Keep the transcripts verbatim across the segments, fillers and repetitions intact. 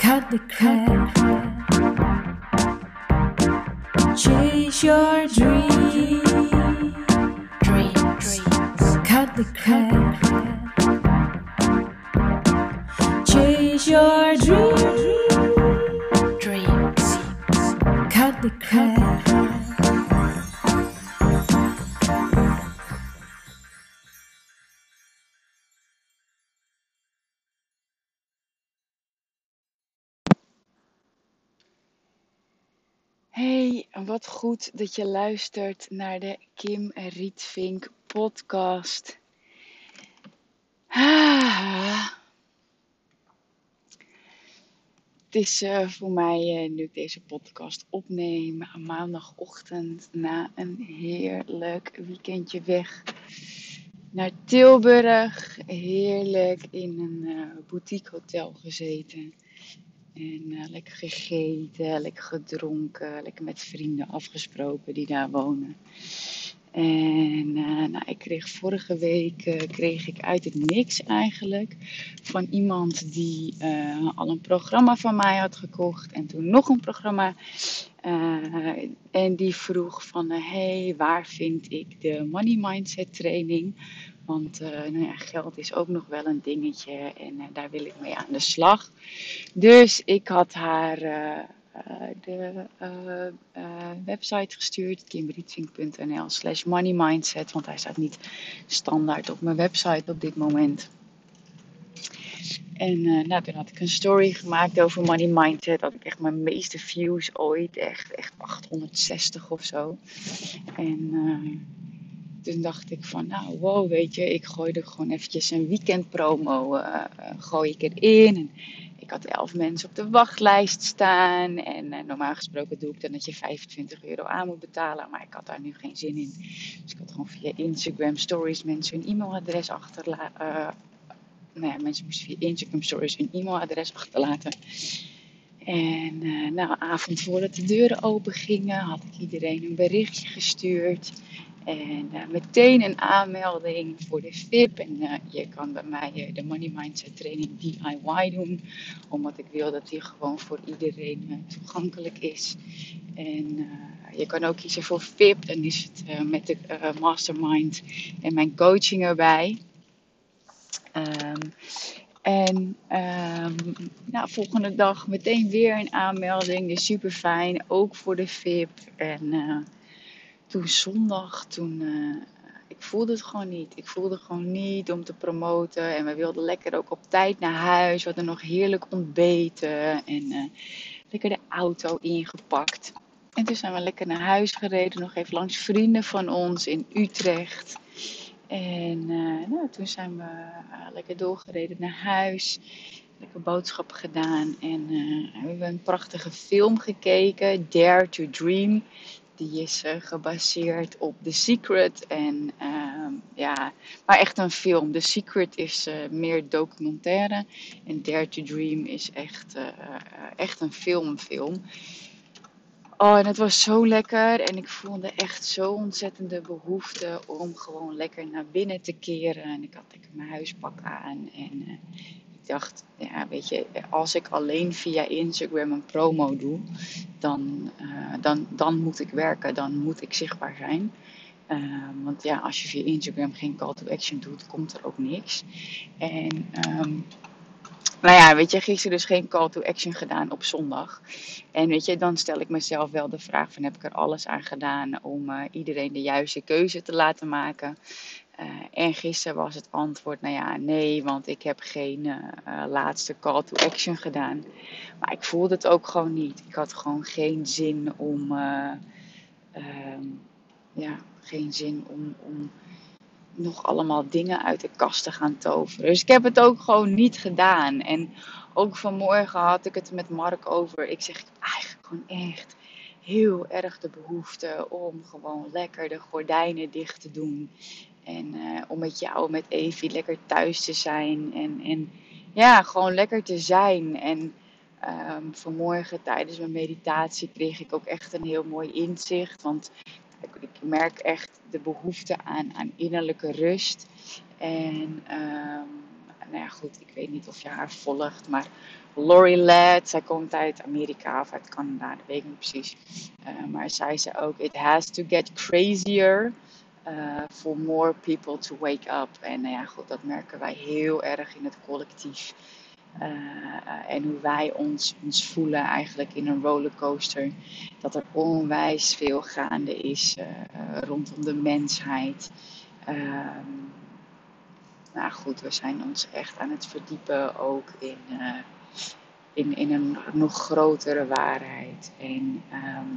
Cut the crap. Chase your dreams. Dreams. Cut the crap. Chase your dreams. Dreams. Cut the crap. Hey, wat goed dat je luistert naar de Kim Rietvink podcast. Ah, het is uh, voor mij, uh, nu ik deze podcast opneem, maandagochtend na een heerlijk weekendje weg naar Tilburg. Heerlijk in een uh, boutique hotel gezeten. En uh, lekker gegeten, lekker gedronken, lekker met vrienden afgesproken die daar wonen. En uh, nou, ik kreeg vorige week uh, kreeg ik uit het niks eigenlijk van iemand die uh, al een programma van mij had gekocht en toen nog een programma. Uh, en die vroeg van, hé, uh, hey, waar vind ik de Money Mindset training? Want uh, nou ja, geld is ook nog wel een dingetje en uh, daar wil ik mee aan de slag. Dus ik had haar uh, uh, de uh, uh, website gestuurd, kimrietvink.nl slash money mindset. Want hij staat niet standaard op mijn website op dit moment. En uh, nou, toen had ik een story gemaakt over money mindset. Had ik echt mijn meeste views ooit. Echt, echt achthonderdzestig of zo. En uh, toen dacht ik van, nou wow, weet je, ik gooi er gewoon eventjes een weekendpromo uh, uh, gooi ik erin. En ik had elf mensen op de wachtlijst staan. En uh, normaal gesproken doe ik dan dat je vijfentwintig euro aan moet betalen. Maar ik had daar nu geen zin in. Dus ik had gewoon via Instagram stories mensen hun e-mailadres achterlaten. Uh, nou ja, mensen moesten via Instagram stories hun e-mailadres achterlaten. En uh, nou, avond voordat de deuren open gingen, had ik iedereen een berichtje gestuurd. En uh, meteen een aanmelding voor de V I P. En uh, je kan bij mij uh, de Money Mindset training D I Y doen. Omdat ik wil dat die gewoon voor iedereen uh, toegankelijk is. En uh, je kan ook kiezen voor V I P. Dan is het uh, met de uh, mastermind en mijn coaching erbij. Um, En um, nou, volgende dag meteen weer een aanmelding. Dus super fijn, ook voor de V I P. En uh, toen zondag, toen, uh, ik voelde het gewoon niet. Ik voelde gewoon niet om te promoten. En we wilden lekker ook op tijd naar huis. We hadden nog heerlijk ontbeten. En uh, lekker de auto ingepakt. En toen zijn we lekker naar huis gereden. Nog even langs vrienden van ons in Utrecht. En uh, nou, toen zijn we uh, lekker doorgereden naar huis. Lekker boodschappen gedaan. En uh, hebben we een prachtige film gekeken. Dare to Dream. Die is uh, gebaseerd op The Secret. En uh, ja, maar echt een film. The Secret is uh, meer documentaire. En Dare to Dream is echt, uh, echt een filmfilm. Oh, en het was zo lekker en ik voelde echt zo ontzettende behoefte om gewoon lekker naar binnen te keren. En ik had lekker mijn huispak aan en uh, ik dacht, ja, weet je, als ik alleen via Instagram een promo doe, dan, uh, dan, dan moet ik werken, dan moet ik zichtbaar zijn. Uh, want ja, als je via Instagram geen call to action doet, komt er ook niks. En um, nou ja, weet je, gisteren dus geen call to action gedaan op zondag. En weet je, dan stel ik mezelf wel de vraag van, heb ik er alles aan gedaan om uh, iedereen de juiste keuze te laten maken? Uh, en gisteren was het antwoord, nou ja, nee, want ik heb geen uh, uh, laatste call to action gedaan. Maar ik voelde het ook gewoon niet. Ik had gewoon geen zin om, uh, uh, ja, geen zin om... om nog allemaal dingen uit de kast te gaan toveren. Dus ik heb het ook gewoon niet gedaan. En ook vanmorgen had ik het met Mark over. Ik zeg, ik heb eigenlijk gewoon echt heel erg de behoefte om gewoon lekker de gordijnen dicht te doen. En uh, om met jou, met Evie, lekker thuis te zijn. En, en ja, gewoon lekker te zijn. En um, vanmorgen tijdens mijn meditatie kreeg ik ook echt een heel mooi inzicht. Want ik, ik merk echt de behoefte aan, aan innerlijke rust. En um, nou ja, goed, ik weet niet of je haar volgt, maar Lori Ladd, zij komt uit Amerika of uit Canada, dat weet ik niet precies. Uh, maar zij zei ook, it has to get crazier uh, for more people to wake up. En nou ja, goed, dat merken wij heel erg in het collectief. Uh, en hoe wij ons, ons voelen eigenlijk in een rollercoaster. Dat er onwijs veel gaande is uh, uh, rondom de mensheid. Uh, nou goed, we zijn ons echt aan het verdiepen ook in, uh, in, in een nog grotere waarheid. En um,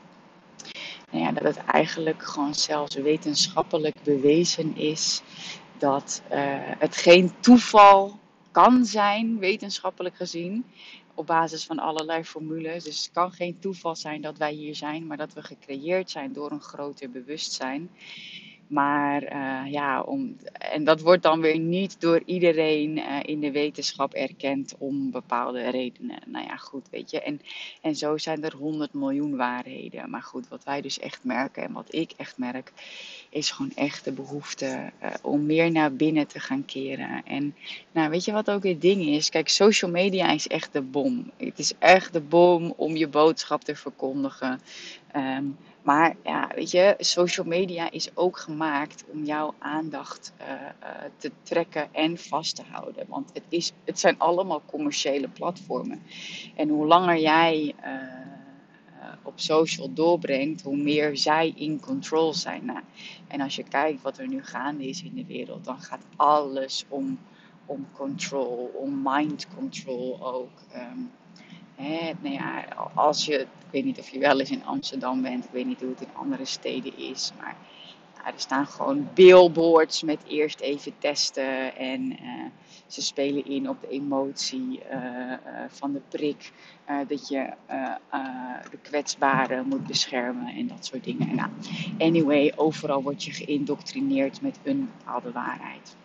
nou ja, dat het eigenlijk gewoon zelfs wetenschappelijk bewezen is dat uh, het geen toeval kan zijn, wetenschappelijk gezien, op basis van allerlei formules. Dus het kan geen toeval zijn dat wij hier zijn, maar dat we gecreëerd zijn door een groter bewustzijn. Maar uh, ja, om, en dat wordt dan weer niet door iedereen uh, in de wetenschap erkend om bepaalde redenen. Nou ja, goed, weet je. En, en zo zijn er honderd miljoen waarheden. Maar goed, wat wij dus echt merken en wat ik echt merk, is gewoon echt de behoefte uh, om meer naar binnen te gaan keren. En nou, weet je wat ook het ding is? Kijk, social media is echt de bom. Het is echt de bom om je boodschap te verkondigen. Um, Maar ja, weet je, social media is ook gemaakt om jouw aandacht uh, uh, te trekken en vast te houden. Want het, is, het zijn allemaal commerciële platformen. En hoe langer jij uh, uh, op social doorbrengt, hoe meer zij in control zijn. Nou, en als je kijkt wat er nu gaande is in de wereld, dan gaat alles om, om control, om mind control ook. Um, Hè, nou ja, als je, ik weet niet of je wel eens in Amsterdam bent, ik weet niet hoe het in andere steden is, maar ja, er staan gewoon billboards met eerst even testen en uh, ze spelen in op de emotie uh, uh, van de prik, uh, dat je uh, uh, de kwetsbaren moet beschermen en dat soort dingen. Nou, anyway, overal word je geïndoctrineerd met een bepaalde waarheid.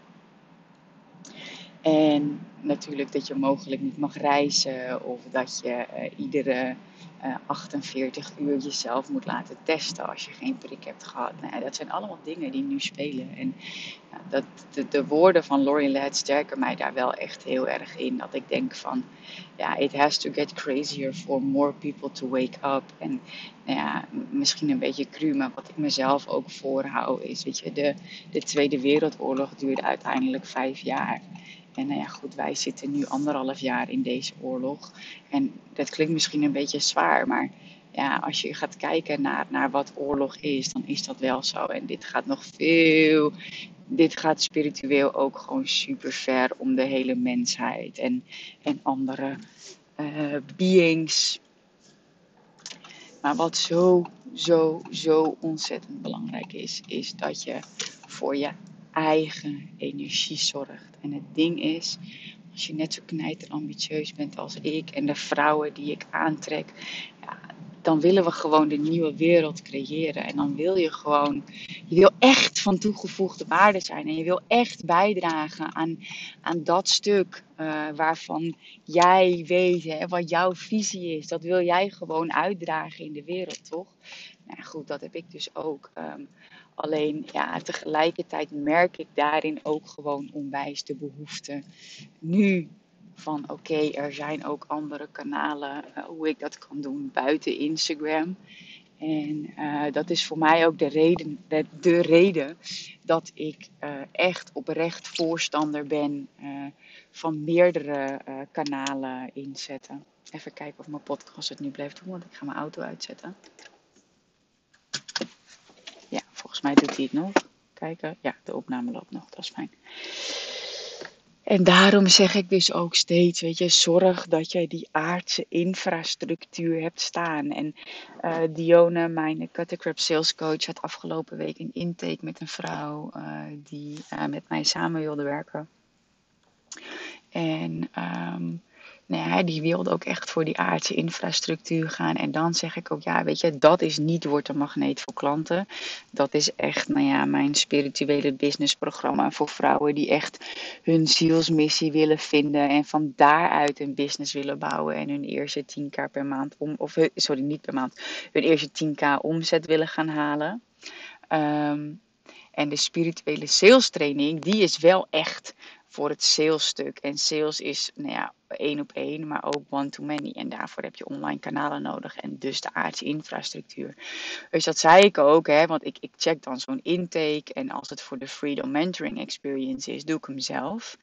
En natuurlijk dat je mogelijk niet mag reizen of dat je uh, iedere uh, achtenveertig uur jezelf moet laten testen als je geen prik hebt gehad. Nou, dat zijn allemaal dingen die nu spelen. En uh, dat, de, de woorden van Lori Ladd sterken mij daar wel echt heel erg in. Dat ik denk van, ja, it has to get crazier for more people to wake up. En nou ja, misschien een beetje cru, maar wat ik mezelf ook voorhoud is, weet je, de, de Tweede Wereldoorlog duurde uiteindelijk vijf jaar. En nou ja, goed, wij zitten nu anderhalf jaar in deze oorlog. En dat klinkt misschien een beetje zwaar, maar ja, als je gaat kijken naar, naar wat oorlog is, dan is dat wel zo. En dit gaat nog veel, dit gaat spiritueel ook gewoon super ver om de hele mensheid en, en andere uh, beings. Maar wat zo, zo, zo ontzettend belangrijk is, is dat je voor je eigen energie zorgt. En het ding is, als je net zo knijter ambitieus bent als ik en de vrouwen die ik aantrek, ja, dan willen we gewoon de nieuwe wereld creëren. En dan wil je gewoon, je wil echt van toegevoegde waarde zijn. En je wil echt bijdragen aan, aan dat stuk uh, waarvan jij weet, hè, wat jouw visie is. Dat wil jij gewoon uitdragen in de wereld, toch? Nou goed, dat heb ik dus ook. Um, alleen, ja, tegelijkertijd merk ik daarin ook gewoon onwijs de behoefte nu van oké, okay, er zijn ook andere kanalen uh, hoe ik dat kan doen buiten Instagram. En uh, dat is voor mij ook de reden, de, de reden dat ik uh, echt oprecht voorstander ben uh, van meerdere uh, kanalen inzetten. Even kijken of mijn podcast het nu blijft doen, want ik ga mijn auto uitzetten. Ja, volgens mij doet hij het nog. Kijken, ja, de opname loopt nog, dat is fijn. En daarom zeg ik dus ook steeds, weet je, zorg dat je die aardse infrastructuur hebt staan. En uh, Dione, mijn Cut the Crap sales coach, had afgelopen week een intake met een vrouw uh, die uh, met mij samen wilde werken. En um, nou ja, die wilde ook echt voor die aardse infrastructuur gaan. En dan zeg ik ook, ja, weet je, dat is niet Word een Magneet voor klanten. Dat is echt, nou ja, mijn spirituele businessprogramma voor vrouwen die echt hun zielsmissie willen vinden. En van daaruit een business willen bouwen. En hun eerste tien k per maand, om, of sorry, niet per maand, hun eerste tien k omzet willen gaan halen. Um, En de spirituele sales training, die is wel echt voor het salesstuk. En sales is, nou ja, één op één, maar ook one-to-many. En daarvoor heb je online kanalen nodig en dus de aardse infrastructuur. Dus dat zei ik ook, hè, want ik, ik check dan zo'n intake. En als het voor de Freedom Mentoring Experience is, doe ik hem zelf.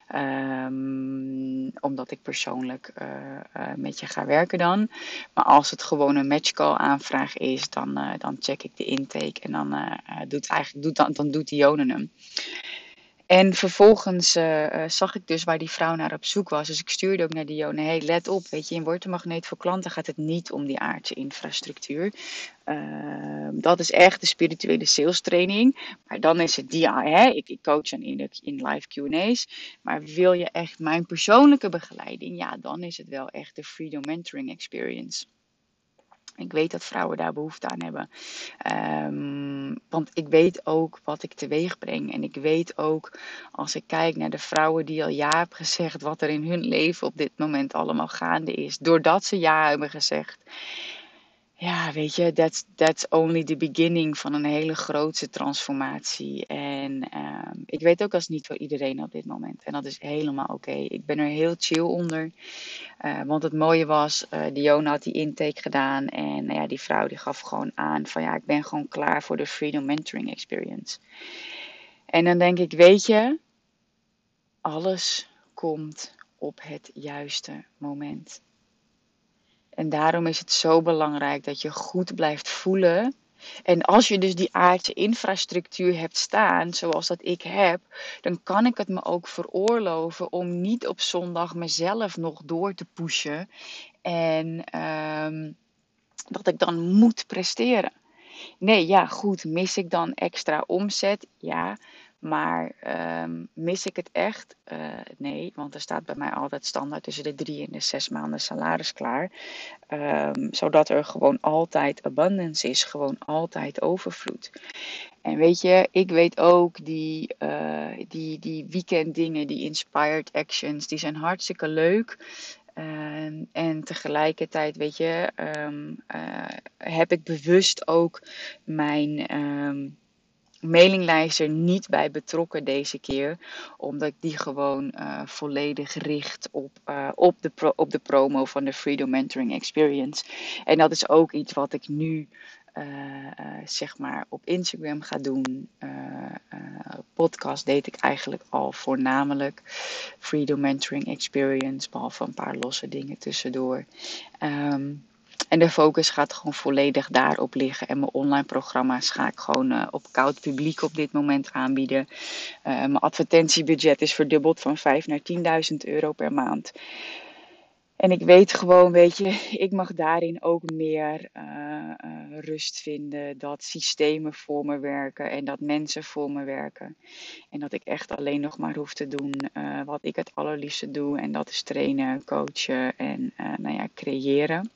Um, omdat ik persoonlijk uh, uh, met je ga werken dan. Maar als het gewoon een matchcall aanvraag is, dan, uh, dan check ik de intake. En dan, uh, doet, eigenlijk, doet, dan, dan doet Dione hem. En vervolgens uh, uh, zag ik dus waar die vrouw naar op zoek was. Dus ik stuurde ook naar Dione, hey, let op, weet je, in Word de Magneet voor klanten gaat het niet om die aardse infrastructuur. Uh, dat is echt de spirituele sales training. Maar dan is het die, hè, ik, ik coach dan in, de, in live Q en A's. Maar wil je echt mijn persoonlijke begeleiding, ja, dan is het wel echt de Freedom Mentoring Experience. Ik weet dat vrouwen daar behoefte aan hebben. Um, want ik weet ook wat ik teweeg breng. En ik weet ook, als ik kijk naar de vrouwen die al ja hebben gezegd, wat er in hun leven op dit moment allemaal gaande is. Doordat ze ja hebben gezegd. Ja, weet je, that's, that's only the beginning van een hele grote transformatie. En um, ik weet ook als niet voor iedereen op dit moment. En dat is helemaal oké. Okay. Ik ben er heel chill onder. Uh, want het mooie was, uh, Dione had die intake gedaan. En uh, ja, die vrouw die gaf gewoon aan van ja, ik ben gewoon klaar voor de Freedom Mentoring Experience. En dan denk ik, weet je, alles komt op het juiste moment. En daarom is het zo belangrijk dat je goed blijft voelen. En als je dus die aardse infrastructuur hebt staan, zoals dat ik heb, dan kan ik het me ook veroorloven om niet op zondag mezelf nog door te pushen. En um, dat ik dan moet presteren. Nee, ja, goed, mis ik dan extra omzet? Ja, maar um, mis ik het echt? Uh, nee, want er staat bij mij altijd standaard tussen de drie en de zes maanden salaris klaar. Um, zodat er gewoon altijd abundance is, gewoon altijd overvloed. En weet je, ik weet ook, die, uh, die, die weekenddingen, die inspired actions, die zijn hartstikke leuk. Uh, en tegelijkertijd, weet je, um, uh, heb ik bewust ook mijn um, mailinglijst er niet bij betrokken deze keer. Omdat ik die gewoon uh, volledig richt op, uh, op, de pro- op de promo van de Freedom Mentoring Experience. En dat is ook iets wat ik nu uh, uh, zeg maar op Instagram ga doen. Uh, uh, podcast deed ik eigenlijk al voornamelijk. Freedom Mentoring Experience, behalve een paar losse dingen tussendoor. Um, En de focus gaat gewoon volledig daarop liggen. En mijn online programma's ga ik gewoon uh, op koud publiek op dit moment aanbieden. Uh, mijn advertentiebudget is verdubbeld van vijf naar tienduizend euro per maand. En ik weet gewoon, weet je, ik mag daarin ook meer uh, uh, rust vinden. Dat systemen voor me werken en dat mensen voor me werken. En dat ik echt alleen nog maar hoef te doen uh, wat ik het allerliefste doe. En dat is trainen, coachen en uh, nou ja, creëren.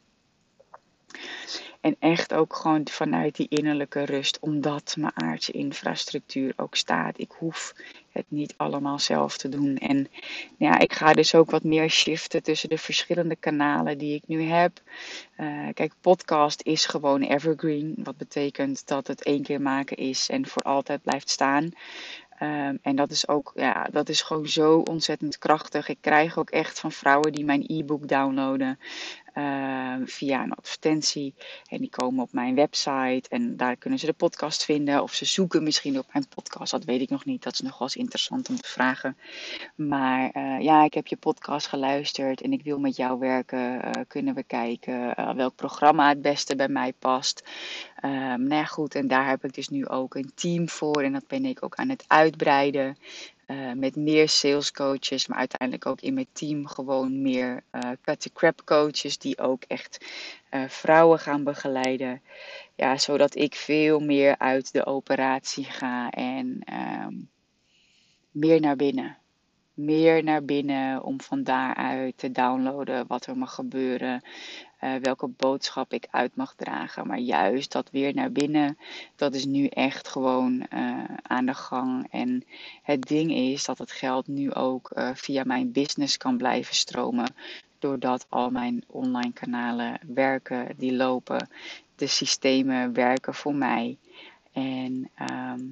En echt ook gewoon vanuit die innerlijke rust, omdat mijn aardse infrastructuur ook staat. Ik hoef het niet allemaal zelf te doen. En ja, ik ga dus ook wat meer shiften tussen de verschillende kanalen die ik nu heb. Uh, kijk, podcast is gewoon evergreen. Wat betekent dat het één keer maken is en voor altijd blijft staan. Um, en dat is ook, ja, dat is gewoon zo ontzettend krachtig. Ik krijg ook echt van vrouwen die mijn e-book downloaden uh, via een advertentie. En die komen op mijn website en daar kunnen ze de podcast vinden. Of ze zoeken misschien op mijn podcast, dat weet ik nog niet. Dat is nog wel eens interessant om te vragen. Maar uh, ja, ik heb je podcast geluisterd en ik wil met jou werken. Uh, kunnen we kijken uh, welk programma het beste bij mij past. Um, nou ja, goed, en daar heb ik dus nu ook een team voor. En dat ben ik ook aan het uitbreiden. Uh, met meer sales coaches, maar uiteindelijk ook in mijn team gewoon meer uh, cut the crap coaches die ook echt uh, vrouwen gaan begeleiden. Ja, zodat ik veel meer uit de operatie ga en um, meer naar binnen. Meer naar binnen om van daaruit te downloaden wat er mag gebeuren. Uh, welke boodschap ik uit mag dragen. Maar juist dat weer naar binnen, dat is nu echt gewoon uh, aan de gang. En het ding is dat het geld nu ook uh, via mijn business kan blijven stromen. Doordat al mijn online kanalen werken, die lopen. De systemen werken voor mij. En um,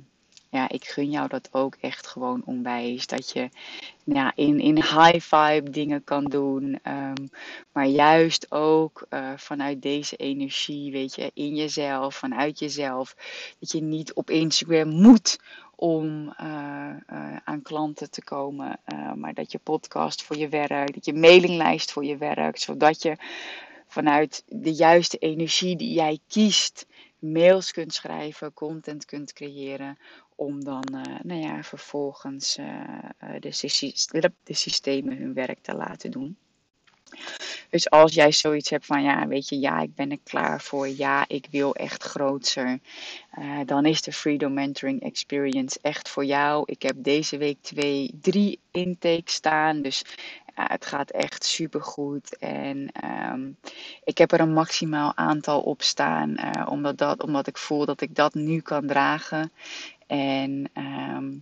ja, ik gun jou dat ook echt gewoon onwijs. Dat je ja, in, in high vibe dingen kan doen. ehm, maar juist ook eh, vanuit deze energie, weet je, in jezelf, vanuit jezelf. Dat je niet op Instagram moet om eh, eh, aan klanten te komen. eh, maar dat je podcast voor je werkt, dat je mailinglijst voor je werkt. Zodat je vanuit de juiste energie die jij kiest, mails kunt schrijven, content kunt creëren, om dan uh, nou ja, vervolgens uh, de, sy- de systemen hun werk te laten doen. Dus als jij zoiets hebt van, ja, weet je, ja, ik ben er klaar voor, ja, ik wil echt groter, uh, dan is de Freedom Mentoring Experience echt voor jou. Ik heb deze week twee, drie intakes staan, dus ja, het gaat echt super goed. En um, ik heb er een maximaal aantal op staan, uh, omdat, dat, omdat ik voel dat ik dat nu kan dragen. En um,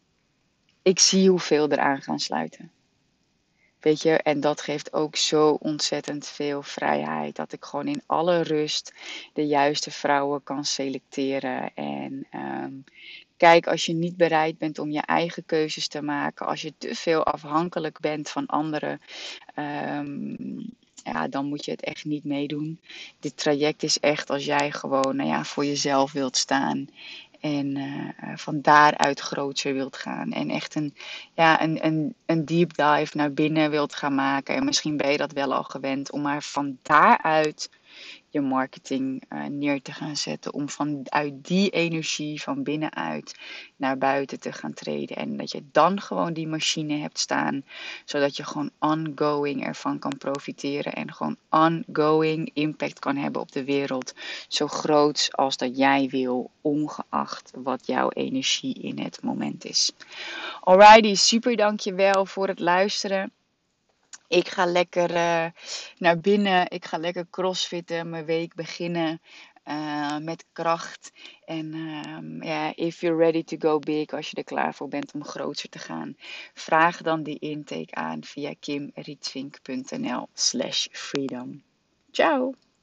ik zie hoeveel eraan gaan sluiten. Weet je, en dat geeft ook zo ontzettend veel vrijheid. Dat ik gewoon in alle rust de juiste vrouwen kan selecteren. En um, kijk, als je niet bereid bent om je eigen keuzes te maken. Als je te veel afhankelijk bent van anderen. Um, ja, dan moet je het echt niet meedoen. Dit traject is echt als jij gewoon nou ja, voor jezelf wilt staan. En uh, van daaruit groter wilt gaan. En echt een, ja, een, een, een deep dive naar binnen wilt gaan maken. En misschien ben je dat wel al gewend. Om maar van daaruit je marketing uh, neer te gaan zetten. Om vanuit die energie van binnenuit naar buiten te gaan treden. En dat je dan gewoon die machine hebt staan. Zodat je gewoon ongoing ervan kan profiteren. En gewoon ongoing impact kan hebben op de wereld. Zo groot als dat jij wil. Ongeacht wat jouw energie in het moment is. Alrighty, super dankjewel voor het luisteren. Ik ga lekker uh, naar binnen. Ik ga lekker crossfitten. Mijn week beginnen uh, met kracht. En uh, yeah, if you're ready to go big. Als je er klaar voor bent om groter te gaan. Vraag dan die intake aan via kimrietvink.nl slash freedom. Ciao.